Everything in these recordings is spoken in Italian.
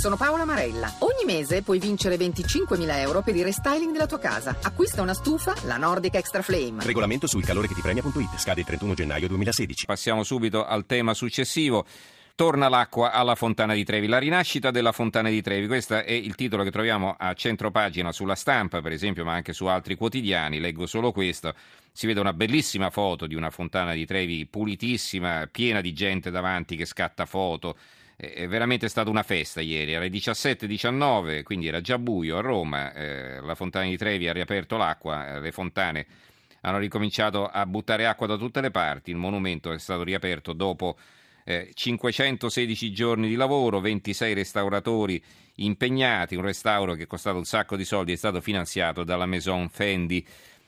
sono Paola Marella. Ogni mese puoi vincere 25.000 euro per il restyling della tua casa. Acquista una stufa, la Nordic Extra Flame. Regolamento sul calore che ti premia.it. Scade il 31 gennaio 2016. Passiamo subito al tema successivo. Torna l'acqua alla Fontana di Trevi, la rinascita della Fontana di Trevi, questo è il titolo che troviamo a centropagina sulla Stampa, per esempio, ma anche su altri quotidiani. Leggo solo questo: si vede una bellissima foto di una Fontana di Trevi pulitissima, piena di gente davanti che scatta foto. È veramente stata una festa ieri, era le 17:19, quindi era già buio a Roma. La Fontana di Trevi ha riaperto l'acqua, le fontane hanno ricominciato a buttare acqua da tutte le parti, il monumento è stato riaperto dopo 516 giorni di lavoro, 26 restauratori impegnati, un restauro che è costato un sacco di soldi, è stato finanziato dalla Maison Fendi,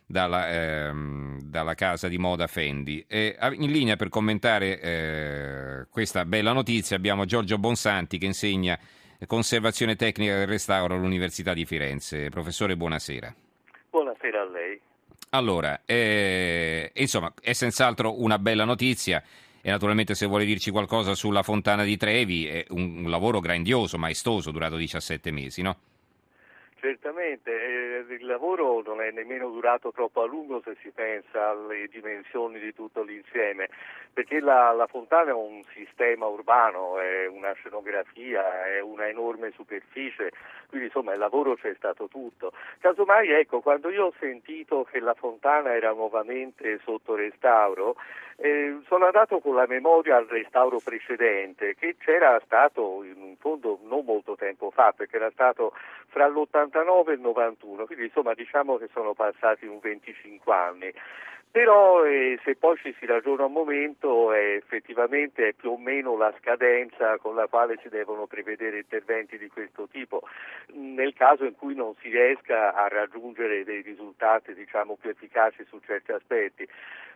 dalla casa di moda Fendi. In linea per commentare questa bella notizia abbiamo Giorgio Bonsanti, che insegna conservazione tecnica del restauro all'Università di Firenze. Professore, buonasera. Buonasera a lei. Allora, insomma, è senz'altro una bella notizia. E naturalmente, se vuole dirci qualcosa sulla Fontana di Trevi, è un lavoro grandioso, maestoso, durato 17 mesi, no? Certamente, il lavoro non è nemmeno durato troppo a lungo se si pensa alle dimensioni di tutto l'insieme, perché la fontana è un sistema urbano, è una scenografia, è una enorme superficie, quindi insomma il lavoro c'è stato tutto. Casomai, ecco, quando io ho sentito che la fontana era nuovamente sotto restauro, sono andato con la memoria al restauro precedente, che c'era stato in fondo non molto tempo fa, perché era stato fra l'89 e il 91, quindi insomma diciamo che sono passati un 25 anni. Però se poi ci si ragiona un momento, effettivamente è più o meno la scadenza con la quale si devono prevedere interventi di questo tipo, nel caso in cui non si riesca a raggiungere dei risultati diciamo più efficaci su certi aspetti,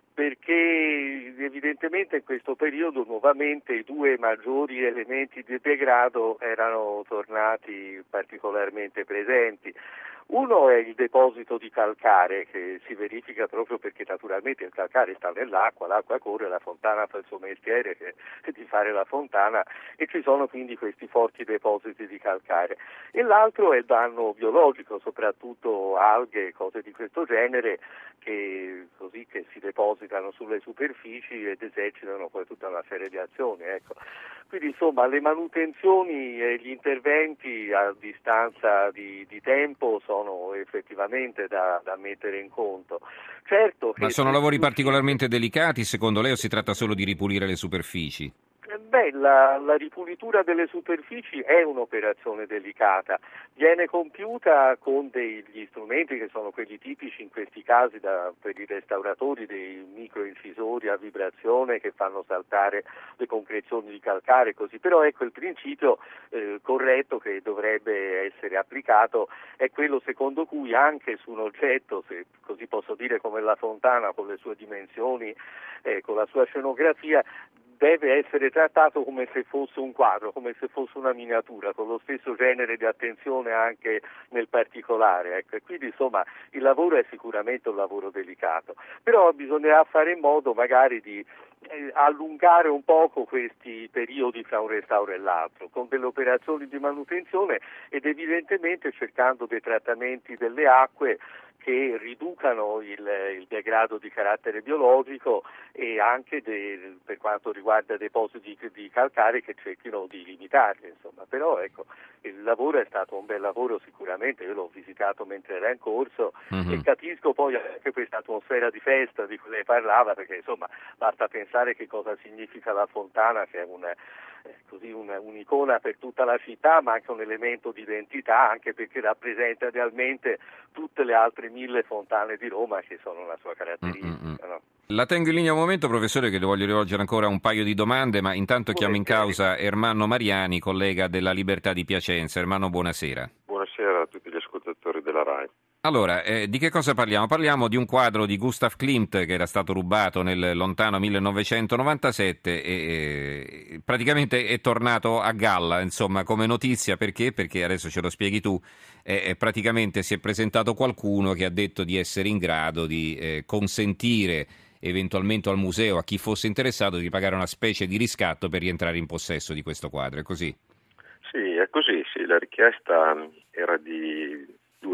perché evidentemente in questo periodo nuovamente i due maggiori elementi di degrado erano tornati particolarmente presenti. Uno è il deposito di calcare, che si verifica proprio perché naturalmente il calcare sta nell'acqua, l'acqua corre, la fontana fa il suo mestiere, che è di fare la fontana, e ci sono quindi questi forti depositi di calcare. E l'altro è il danno biologico, soprattutto alghe e cose di questo genere, che si depositano sulle superfici ed esercitano poi tutta una serie di azioni. Ecco. Quindi insomma le manutenzioni e gli interventi a distanza di tempo sono effettivamente da mettere in conto. Certo che ma sono lavori particolarmente delicati secondo lei, o si tratta solo di ripulire le superfici? La ripulitura delle superfici è un'operazione delicata, viene compiuta con degli strumenti che sono quelli tipici in questi casi per i restauratori, dei microincisori a vibrazione che fanno saltare le concrezioni di calcare, così. Però ecco, il principio corretto che dovrebbe essere applicato è quello secondo cui anche su un oggetto, se così posso dire, come la fontana, con le sue dimensioni, con la sua scenografia, deve essere trattato come se fosse un quadro, come se fosse una miniatura, con lo stesso genere di attenzione anche nel particolare. Ecco. E quindi insomma il lavoro è sicuramente un lavoro delicato, però bisognerà fare in modo magari di allungare un poco questi periodi fra un restauro e l'altro, con delle operazioni di manutenzione ed evidentemente cercando dei trattamenti delle acque che riducano il degrado di carattere biologico e anche per quanto riguarda depositi di calcare che cerchino di limitarli, insomma. Però ecco, il lavoro è stato un bel lavoro sicuramente, io l'ho visitato mentre era in corso e capisco poi anche questa atmosfera di festa di cui lei parlava, perché insomma basta pensare che cosa significa la fontana, che è un'icona per tutta la città, ma anche un elemento di identità, anche perché rappresenta realmente tutte le altre 1000 fontane di Roma che sono la sua caratteristica. No? La tengo in linea un momento, professore, che le voglio rivolgere ancora un paio di domande, ma intanto chiamo in causa Ermanno Mariani, collega della Libertà di Piacenza. Ermanno, buonasera. Buonasera a tutti gli ascoltatori della RAI. Allora, di che cosa parliamo? Parliamo di un quadro di Gustav Klimt che era stato rubato nel lontano 1997 e praticamente è tornato a galla, insomma, come notizia. Perché? Perché adesso ce lo spieghi tu. Praticamente si è presentato qualcuno che ha detto di essere in grado di consentire eventualmente al museo, a chi fosse interessato, di pagare una specie di riscatto per rientrare in possesso di questo quadro. È così? Sì, è così, sì, la richiesta era di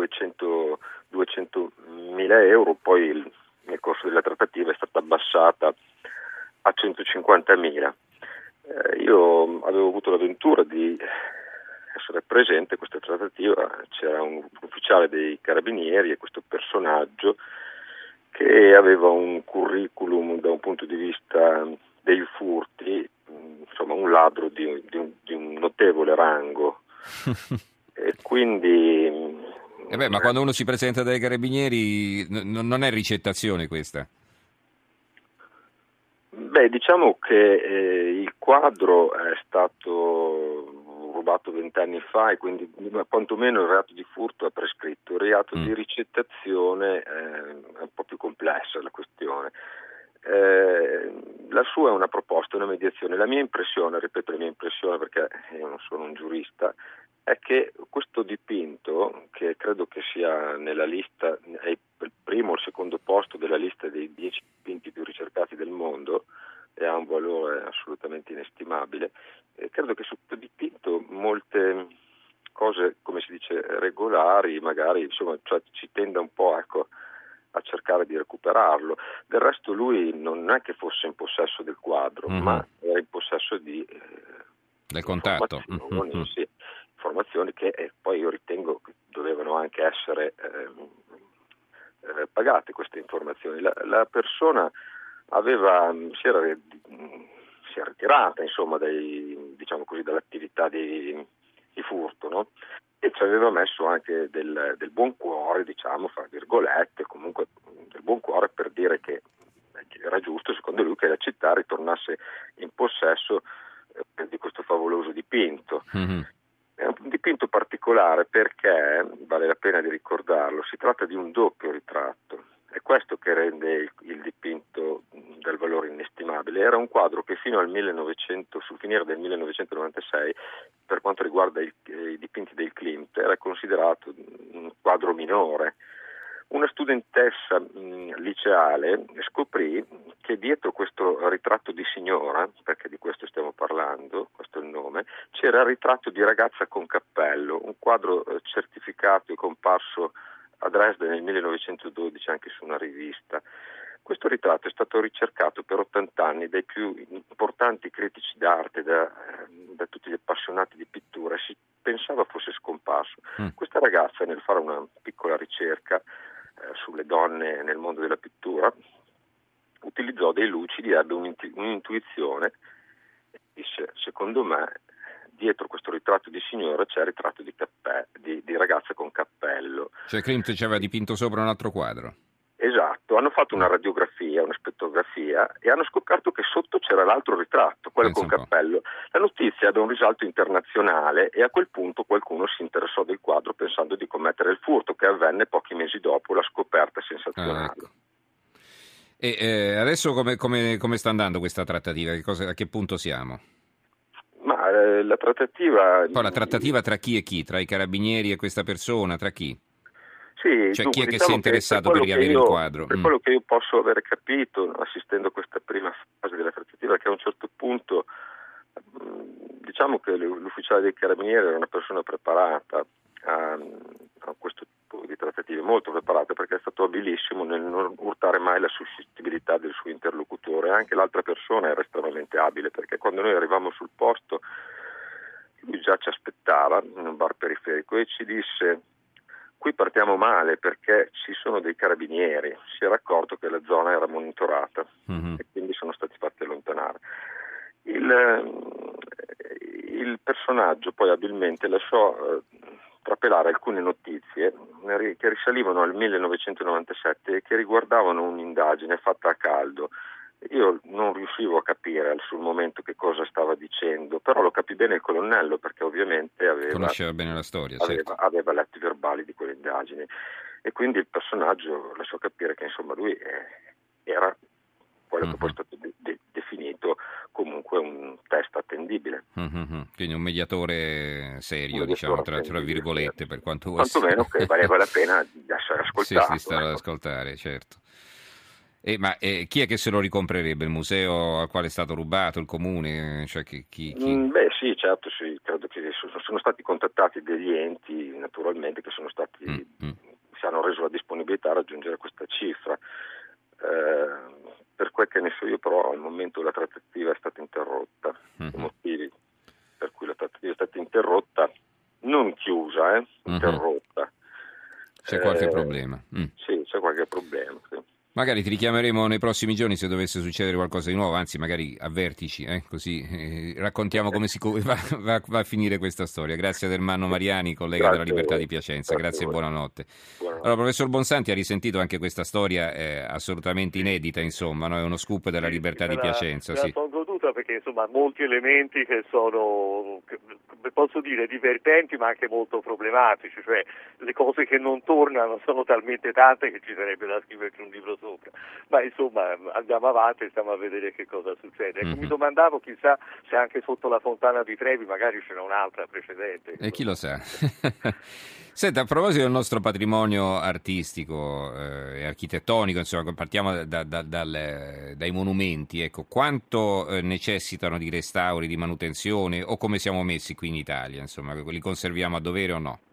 200.000 euro, poi nel corso della trattativa è stata abbassata a 150.000. Io avevo avuto la ventura di essere presente a questa trattativa, c'era un ufficiale dei carabinieri e questo personaggio che aveva un curriculum da un punto di vista dei furti, insomma un ladro di un notevole rango. E quindi... ma quando uno si presenta dai carabinieri non è ricettazione questa? Beh, diciamo che il quadro è stato rubato 20 anni fa e quindi quantomeno il reato di furto è prescritto. Il reato di ricettazione è un po' più complessa la questione. La sua è una proposta, una mediazione. La mia impressione, ripeto la mia impressione perché io non sono un giurista, è che questo dipinto, che credo che sia nella lista, è il primo o il secondo posto della lista dei 10 dipinti più ricercati del mondo e ha un valore assolutamente inestimabile, credo che su questo dipinto molte cose, come si dice, regolari, magari, insomma, cioè, ci tenda un po', ecco, a cercare di recuperarlo. Del resto lui non è che fosse in possesso del quadro, ma era in possesso del contatto. Sì, informazioni che poi io ritengo che dovevano anche essere pagate queste informazioni. La persona si era ritirata, insomma, diciamo così, dall'attività di furto, no? E ci aveva messo anche del buon cuore, diciamo, fra virgolette, comunque del buon cuore per dire che era giusto, secondo lui, che la città ritornasse in possesso di questo favoloso dipinto. È un dipinto particolare perché, vale la pena di ricordarlo, si tratta di un doppio ritratto. È questo che rende il dipinto dal valore inestimabile. Era un quadro che fino al sul finire del 1996, per quanto riguarda i dipinti del Klimt, era considerato un quadro minore. Una studentessa liceale scoprì che dietro questo ritratto di signora, perché di questo stiamo parlando, questo è il nome, c'era il ritratto di ragazza con cappello, un quadro certificato e comparso a Dresda nel 1912 anche su una rivista. Questo ritratto è stato ricercato per 80 anni dai più importanti critici d'arte, da tutti gli appassionati di pittura, e si pensava fosse scomparso. Questa ragazza, nel fare una piccola ricerca sulle donne nel mondo della pittura, utilizzò dei lucidi, ebbe un'intuizione e disse: secondo me dietro questo ritratto di signora c'è il ritratto di ragazza con cappello. Cioè Klimt ci aveva dipinto sopra un altro quadro. Esatto, hanno fatto una radiografia, una spettrografia e hanno scoperto che sotto c'era l'altro ritratto, quello con cappello. La notizia ebbe un risalto internazionale e a quel punto qualcuno si interessò del quadro pensando di commettere il furto, che avvenne pochi mesi dopo la scoperta sensazionale. Ecco. E adesso come sta andando questa trattativa? A che punto siamo? Ma la trattativa... Poi la trattativa tra chi e chi? Tra i carabinieri e questa persona? Tra chi? Sì, cioè dunque, chi è che diciamo si è interessato per riavere il quadro? Per quello che io posso avere capito, assistendo a questa prima fase della trattativa, che a un certo punto diciamo che l'ufficiale dei carabinieri era una persona preparata a questo tipo di trattative, molto preparata, perché è stato abilissimo nel non urtare mai la suscettibilità del suo interlocutore. Anche l'altra persona era estremamente abile, perché quando noi arrivammo sul posto lui già ci aspettava in un bar periferico e ci disse: qui partiamo male perché ci sono dei carabinieri. Si era accorto che la zona era monitorata e quindi sono stati fatti allontanare. Il personaggio poi abilmente lasciò trapelare alcune notizie che risalivano al 1997 e che riguardavano un'indagine fatta a caldo. Io non riuscivo a capire sul momento che cosa stava dicendo, però lo capì bene il colonnello, perché ovviamente conosceva bene la storia, aveva letto i verbali di quelle indagini, e quindi il personaggio lasciò capire che insomma lui era quello che poi è stato definito comunque un test attendibile. Quindi un mediatore serio, diciamo, tra virgolette, per quanto vuoi quantomeno che valeva la pena di essere ascoltato. Sì, stare ad ascoltare, certo. Ma chi è che se lo ricomprerebbe? Il museo al quale è stato rubato, il comune? Cioè, chi? Beh sì, certo, sì, credo che sono stati contattati degli enti, naturalmente, che si hanno reso la disponibilità a raggiungere questa cifra. Per quel che ne so io, però, al momento la trattativa è stata interrotta. I motivi per cui la trattativa è stata interrotta, non chiusa, interrotta. C'è qualche problema? Sì, c'è qualche problema, sì. Magari ti richiameremo nei prossimi giorni se dovesse succedere qualcosa di nuovo, anzi magari a vertici, così raccontiamo come va a finire questa storia. Grazie ad Ermanno Mariani, collega della Libertà di Piacenza, grazie e buonanotte. Allora, professor Bonsanti, ha risentito anche questa storia assolutamente inedita, insomma, no? È uno scoop della Libertà di Piacenza. Me la sono goduta perché insomma molti elementi che sono, posso dire, divertenti ma anche molto problematici, cioè le cose che non tornano sono talmente tante che ci sarebbe da scriverci un libro sopra, ma insomma andiamo avanti e stiamo a vedere che cosa succede. Ecco, mi domandavo chissà se anche sotto la fontana di Trevi magari c'era un'altra precedente. E chi lo sa. Senta, a proposito del nostro patrimonio artistico e architettonico, insomma, partiamo dai monumenti, ecco, quanto necessitano di restauri, di manutenzione o come siamo messi qui in Italia, insomma, li conserviamo a dovere o no?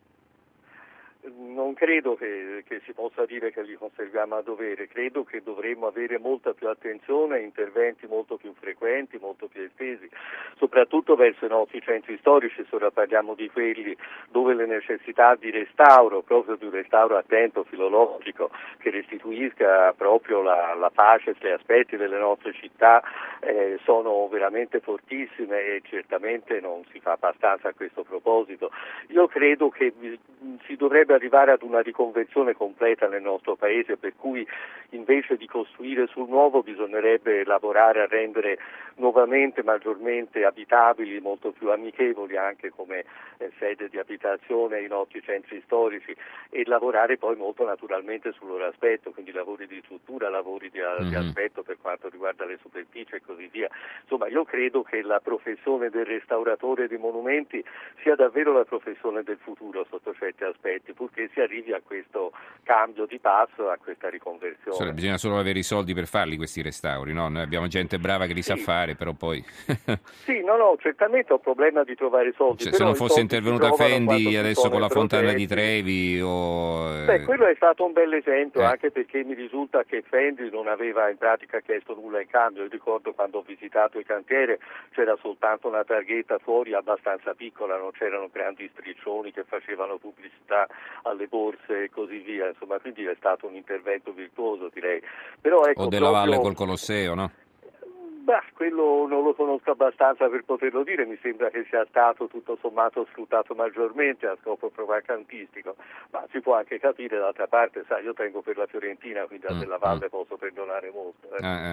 Non credo che si possa dire che li conserviamo a dovere, credo che dovremmo avere molta più attenzione, interventi molto più frequenti, molto più estesi, soprattutto verso i nostri centri storici, se ora parliamo di quelli dove le necessità di restauro, proprio di un restauro attento, filologico, che restituisca proprio la pace sugli aspetti delle nostre città, sono veramente fortissime e certamente non si fa abbastanza a questo proposito. Io credo che si dovrebbe arrivare ad una riconversione completa nel nostro paese, per cui invece di costruire sul nuovo bisognerebbe lavorare a rendere nuovamente maggiormente abitabili, molto più amichevoli anche come sede di abitazione i nostri centri storici e lavorare poi molto naturalmente sul loro aspetto, quindi lavori di struttura, lavori di aspetto per quanto riguarda le superfici e così via. Insomma, io credo che la professione del restauratore dei monumenti sia davvero la professione del futuro sotto certi aspetti, purché si arrivi a questo cambio di passo, a questa riconversione. Bisogna solo avere i soldi per farli questi restauri, no? Noi abbiamo gente brava che li sa fare, però poi... Sì, no, certamente ho un problema di trovare soldi. Cioè, però se non fosse intervenuta Fendi adesso con la fontana di Trevi o... Beh, quello è stato un bel esempio, anche perché mi risulta che Fendi non aveva in pratica chiesto nulla in cambio. Io ricordo quando ho visitato il cantiere c'era soltanto una targhetta fuori abbastanza piccola, non c'erano grandi striscioni che facevano pubblicità alle borse e così via, insomma, quindi è stato un intervento virtuoso, direi. Però, ecco, o della Valle col Colosseo, no? Beh, quello non lo conosco abbastanza per poterlo dire, mi sembra che sia stato tutto sommato sfruttato maggiormente a scopo propagandistico, ma si può anche capire, d'altra parte, sai, io tengo per la Fiorentina, quindi a della Valle posso perdonare molto.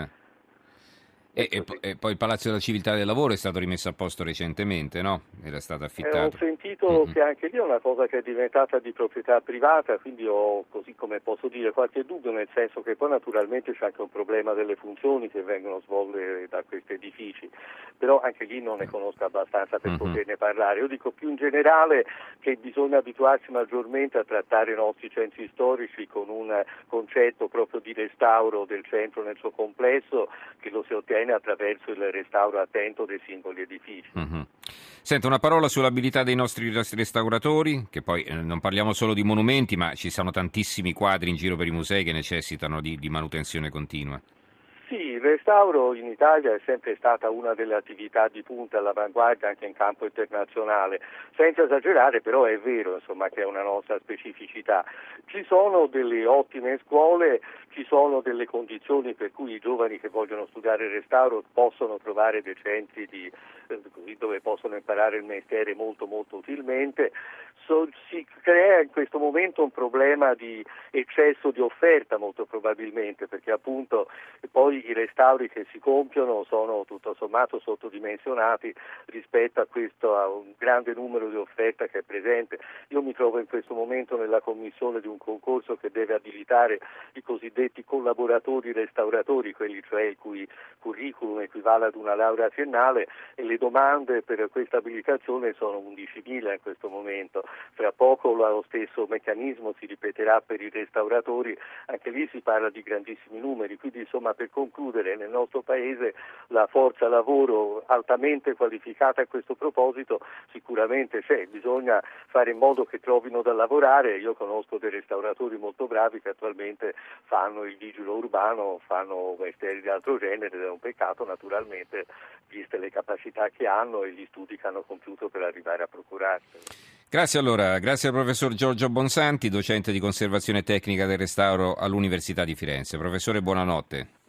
E poi il Palazzo della Civiltà del Lavoro è stato rimesso a posto recentemente, no? Era stato affittato. Ho sentito che anche lì è una cosa che è diventata di proprietà privata, quindi ho, così come posso dire, qualche dubbio, nel senso che poi naturalmente c'è anche un problema delle funzioni che vengono svolte da questi edifici, però anche lì non ne conosco abbastanza per poterne parlare. Io dico più in generale che bisogna abituarsi maggiormente a trattare i nostri centri storici con un concetto proprio di restauro del centro nel suo complesso, che lo si ottiene attraverso il restauro attento dei singoli edifici. Senta, una parola sull'abilità dei nostri restauratori, che poi non parliamo solo di monumenti, ma ci sono tantissimi quadri in giro per i musei che necessitano di manutenzione continua. Sì, il restauro in Italia è sempre stata una delle attività di punta all'avanguardia anche in campo internazionale. Senza esagerare, però è vero, insomma, che è una nostra specificità. Ci sono delle ottime scuole, ci sono delle condizioni per cui i giovani che vogliono studiare il restauro possono trovare dei centri dove possono imparare il mestiere molto molto utilmente. Si crea in questo momento un problema di eccesso di offerta molto probabilmente, perché appunto poi i restauri che si compiono sono tutto sommato sottodimensionati rispetto a un grande numero di offerta che è presente. Io mi trovo in questo momento nella commissione di un concorso che deve abilitare i cosiddetti collaboratori restauratori, quelli cioè il cui curriculum equivale ad una laurea triennale, e le domande per questa abilitazione sono 11.000 in questo momento. Fra poco lo stesso meccanismo si ripeterà per i restauratori, anche lì si parla di grandissimi numeri, quindi insomma, per concludere, nel nostro paese la forza lavoro altamente qualificata a questo proposito sicuramente c'è, bisogna fare in modo che trovino da lavorare. Io conosco dei restauratori molto bravi che attualmente fanno il vigile urbano, fanno mestieri di altro genere, ed è un peccato naturalmente viste le capacità che hanno e gli studi che hanno compiuto per arrivare a procurarsene. Grazie al professor Giorgio Bonsanti, docente di conservazione tecnica del restauro all'Università di Firenze. Professore, buonanotte.